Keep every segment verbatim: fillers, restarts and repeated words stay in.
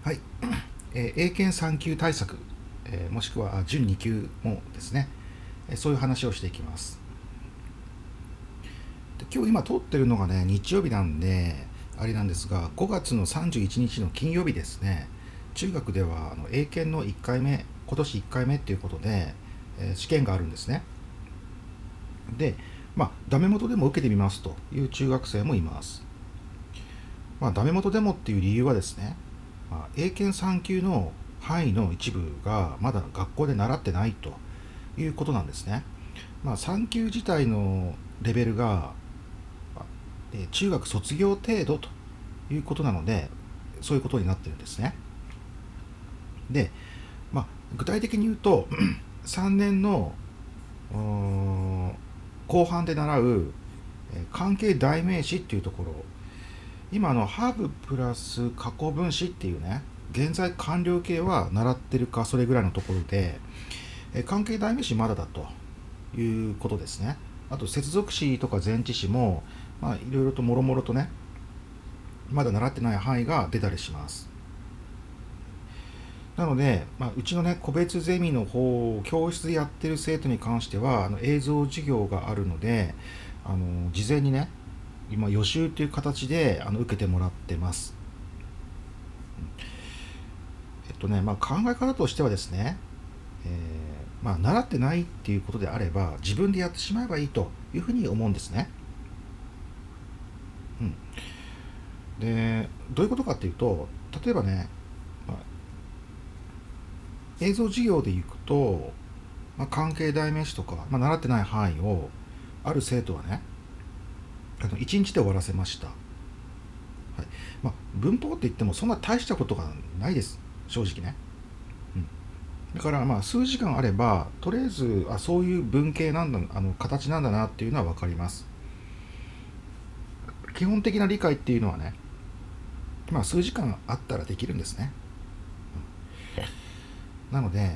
はい、えー英検さん級対策、えーもしくは準に級もですね、えーそういう話をしていきます。で今日今通ってるのがね、日曜日なんで、あれなんですが、ごがつのさんじゅういちにちの金曜日ですね、中学ではあの英検のいっかいめ、今年いっかいめっていうことで、えー試験があるんですね。で、まあ、ダメ元でも受けてみますという中学生もいます。まあ、ダメ元でもっていう理由はですね、まあ、英検さん級の範囲の一部がまだ学校で習ってないということなんですね。まあ、さん級自体のレベルがえ中学卒業程度ということなので、そういうことになってるんですね。で、まあ、具体的に言うとさんねんの後半で習う関係代名詞っていうところ、今のハブプラス過去分詞っていうね、現在完了形は習ってるかそれぐらいのところで、関係代名詞まだだということですね。あと接続詞とか前置詞も、まあ、いろいろともろもろとね、まだ習ってない範囲が出たりします。なので、まあ、うちのね、個別ゼミの方、教室でやってる生徒に関しては、あの映像授業があるので、あの事前にね、今予習という形であの受けてもらってます。えっとね、まあ、考え方としてはですね、えーまあ、習ってないっていうことであれば、自分でやってしまえばいいというふうに思うんですね。うん、で、どういうことかっていうと、例えばね、まあ、映像授業でいくと、まあ、関係代名詞とか、まあ、習ってない範囲をある生徒はね、あのいちにちで終わらせました。はい。まあ、文法って言ってもそんな大したことがないです、正直ね。うん、だからまあ数時間あれば、とりあえずあそういう文系なんだ、あの形なんだなっていうのは分かります。基本的な理解っていうのはね、まあ、数時間あったらできるんですね。なので、あのー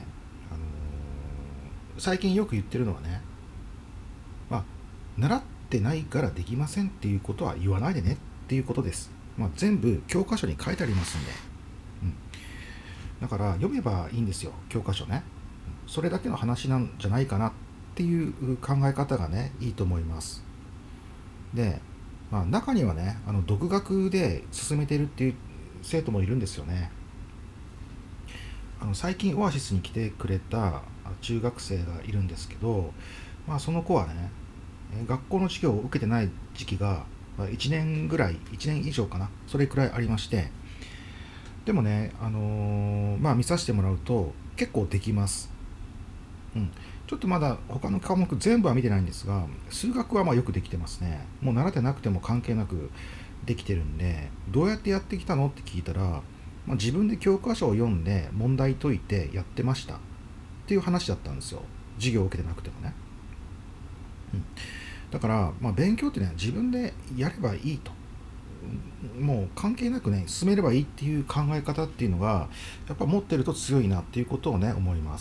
最近よく言ってるのはね、まあ、習ってないからできませんっていうことは言わないでねっていうことです。まあ、全部教科書に書いてありますんで、うん、だから読めばいいんですよ、教科書ね。それだけの話なんじゃないかなっていう考え方がね、いいと思います。で、まあ、中にはね、あの独学で進めてるっていう生徒もいるんですよね。あの最近オアシスに来てくれた中学生がいるんですけど、まあ、その子はね、学校の授業を受けてない時期がいちねんぐらい、いちねん以上かな、それくらいありまして、でもね、あのーまあ見させてもらうと結構できます。うん。ちょっとまだ他の科目全部は見てないんですが、数学はまあよくできてますね。もう習ってなくても関係なくできてるんで、どうやってやってきたのって聞いたら、まあ、自分で教科書を読んで問題解いてやってましたっていう話だったんですよ。授業を受けてなくてもね。うん。だから、まあ、勉強ってね、自分でやればいいと。もう関係なくね、進めればいいっていう考え方っていうのが、やっぱ持ってると強いなっていうことをね、思います。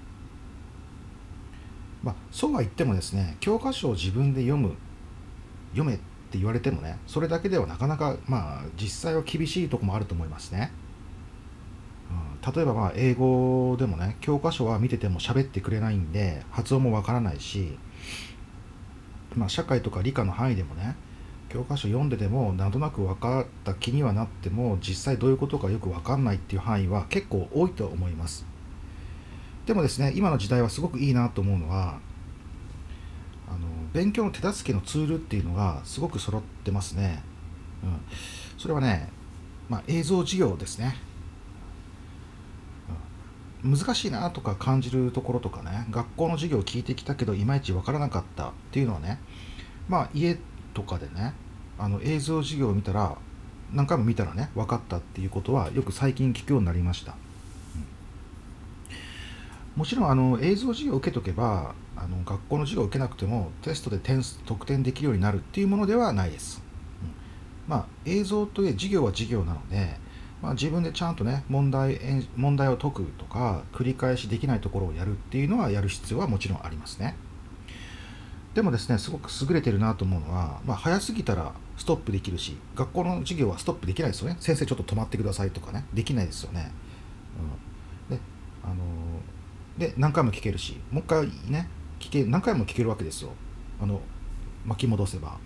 まあ、そうは言ってもですね、教科書を自分で読む、読めって言われてもね、それだけではなかなか、まあ、実際は厳しいところもあると思いますね。うん、例えば、まあ、英語でもね、教科書は見てても喋ってくれないんで、発音もわからないし、まあ、社会とか理科の範囲でもね、教科書読んでてもなんとなく分かった気にはなっても実際どういうことかよく分かんないっていう範囲は結構多いと思います。でもですね、今の時代はすごくいいなと思うのは、あの勉強の手助けのツールっていうのがすごく揃ってますね。うん、それはね、まあ、映像授業ですね。うん、難しいなとか感じるところとかね、学校の授業を聞いてきたけどいまいち分からなかったっていうのはね、まあ家とかでね、あの映像授業を見たら、何回も見たらね分かったっていうことはよく最近聞くようになりました。もちろんあの映像授業を受けとけば、あの学校の授業を受けなくてもテストで点数得点できるようになるっていうものではないです。うん、まあ映像という授業は授業なので、まあ、自分でちゃんとね問題問題を解くとか繰り返しできないところをやるっていうのはやる必要はもちろんありますね。 でもですね、すごく優れてるなと思うのは、まあ、早すぎたらストップできるし、学校の授業はストップできないですよね。先生ちょっと止まってくださいとかね、できないですよね。うん、で、あのーで、何回も聞けるし、もう一回ね、聞け、何回も聞けるわけですよ。あの、巻き戻せば。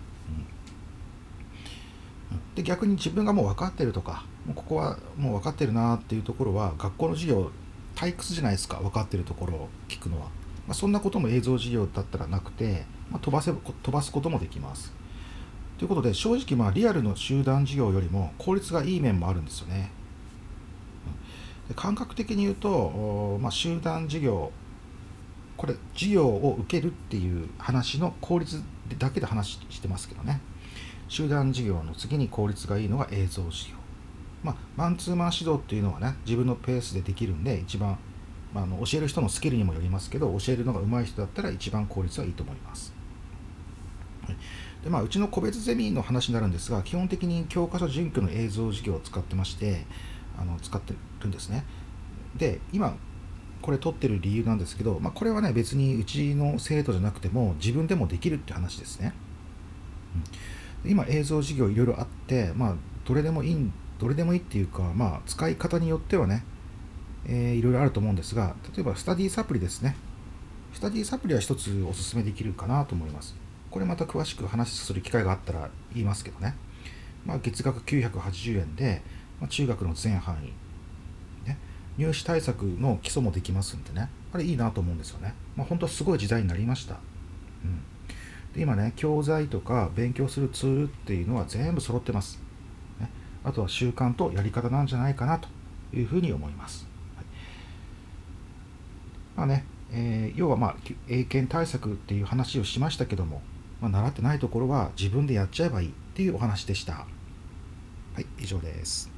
うん、で、逆に自分がもう分かってるとか、もうここはもう分かってるなっていうところは、学校の授業、退屈じゃないですか、分かってるところを聞くのは。まあ、そんなことも映像授業だったらなくて、まあ、飛ばせ飛ばすこともできます。ということで、正直まあリアルの集団授業よりも効率がいい面もあるんですよね。で、感覚的に言うと、まあ、集団授業、これ授業を受けるっていう話の効率だけで話してますけどね。集団授業の次に効率がいいのが映像授業。まあ、マンツーマン指導っていうのはね、自分のペースでできるんで、一番、まあ、あの教える人のスキルにもよりますけど、教えるのが上手い人だったら一番効率はいいと思います。はい、でまあ、うちの個別ゼミの話になるんですが、基本的に教科書準拠の映像授業を使ってまして、あの使ってるんですね。で、今、これ取ってる理由なんですけど、まあ、これはね、別にうちの生徒じゃなくても自分でもできるって話ですね。うん、今、映像授業いろいろあって、まあ、どれでもいい、どれでもいいっていうか、まあ、使い方によってはね、えー、いろいろあると思うんですが、例えばスタディサプリですね。スタディサプリは一つお勧めできるかなと思います。これまた詳しく話する機会があったら言いますけどね。まあ、月額きゅうひゃくはちじゅうえんで、まあ、中学の全範囲、ね、入試対策の基礎もできますんでね。あれいいなと思うんですよね。まあ、本当はすごい時代になりました。うん、で今ね、教材とか勉強するツールっていうのは全部揃ってます。ね、あとは習慣とやり方なんじゃないかなというふうに思います。はい、まあね、えー要はまあ英検対策っていう話をしましたけども、まあ、習ってないところは自分でやっちゃえばいいっていうお話でした。はい、以上です。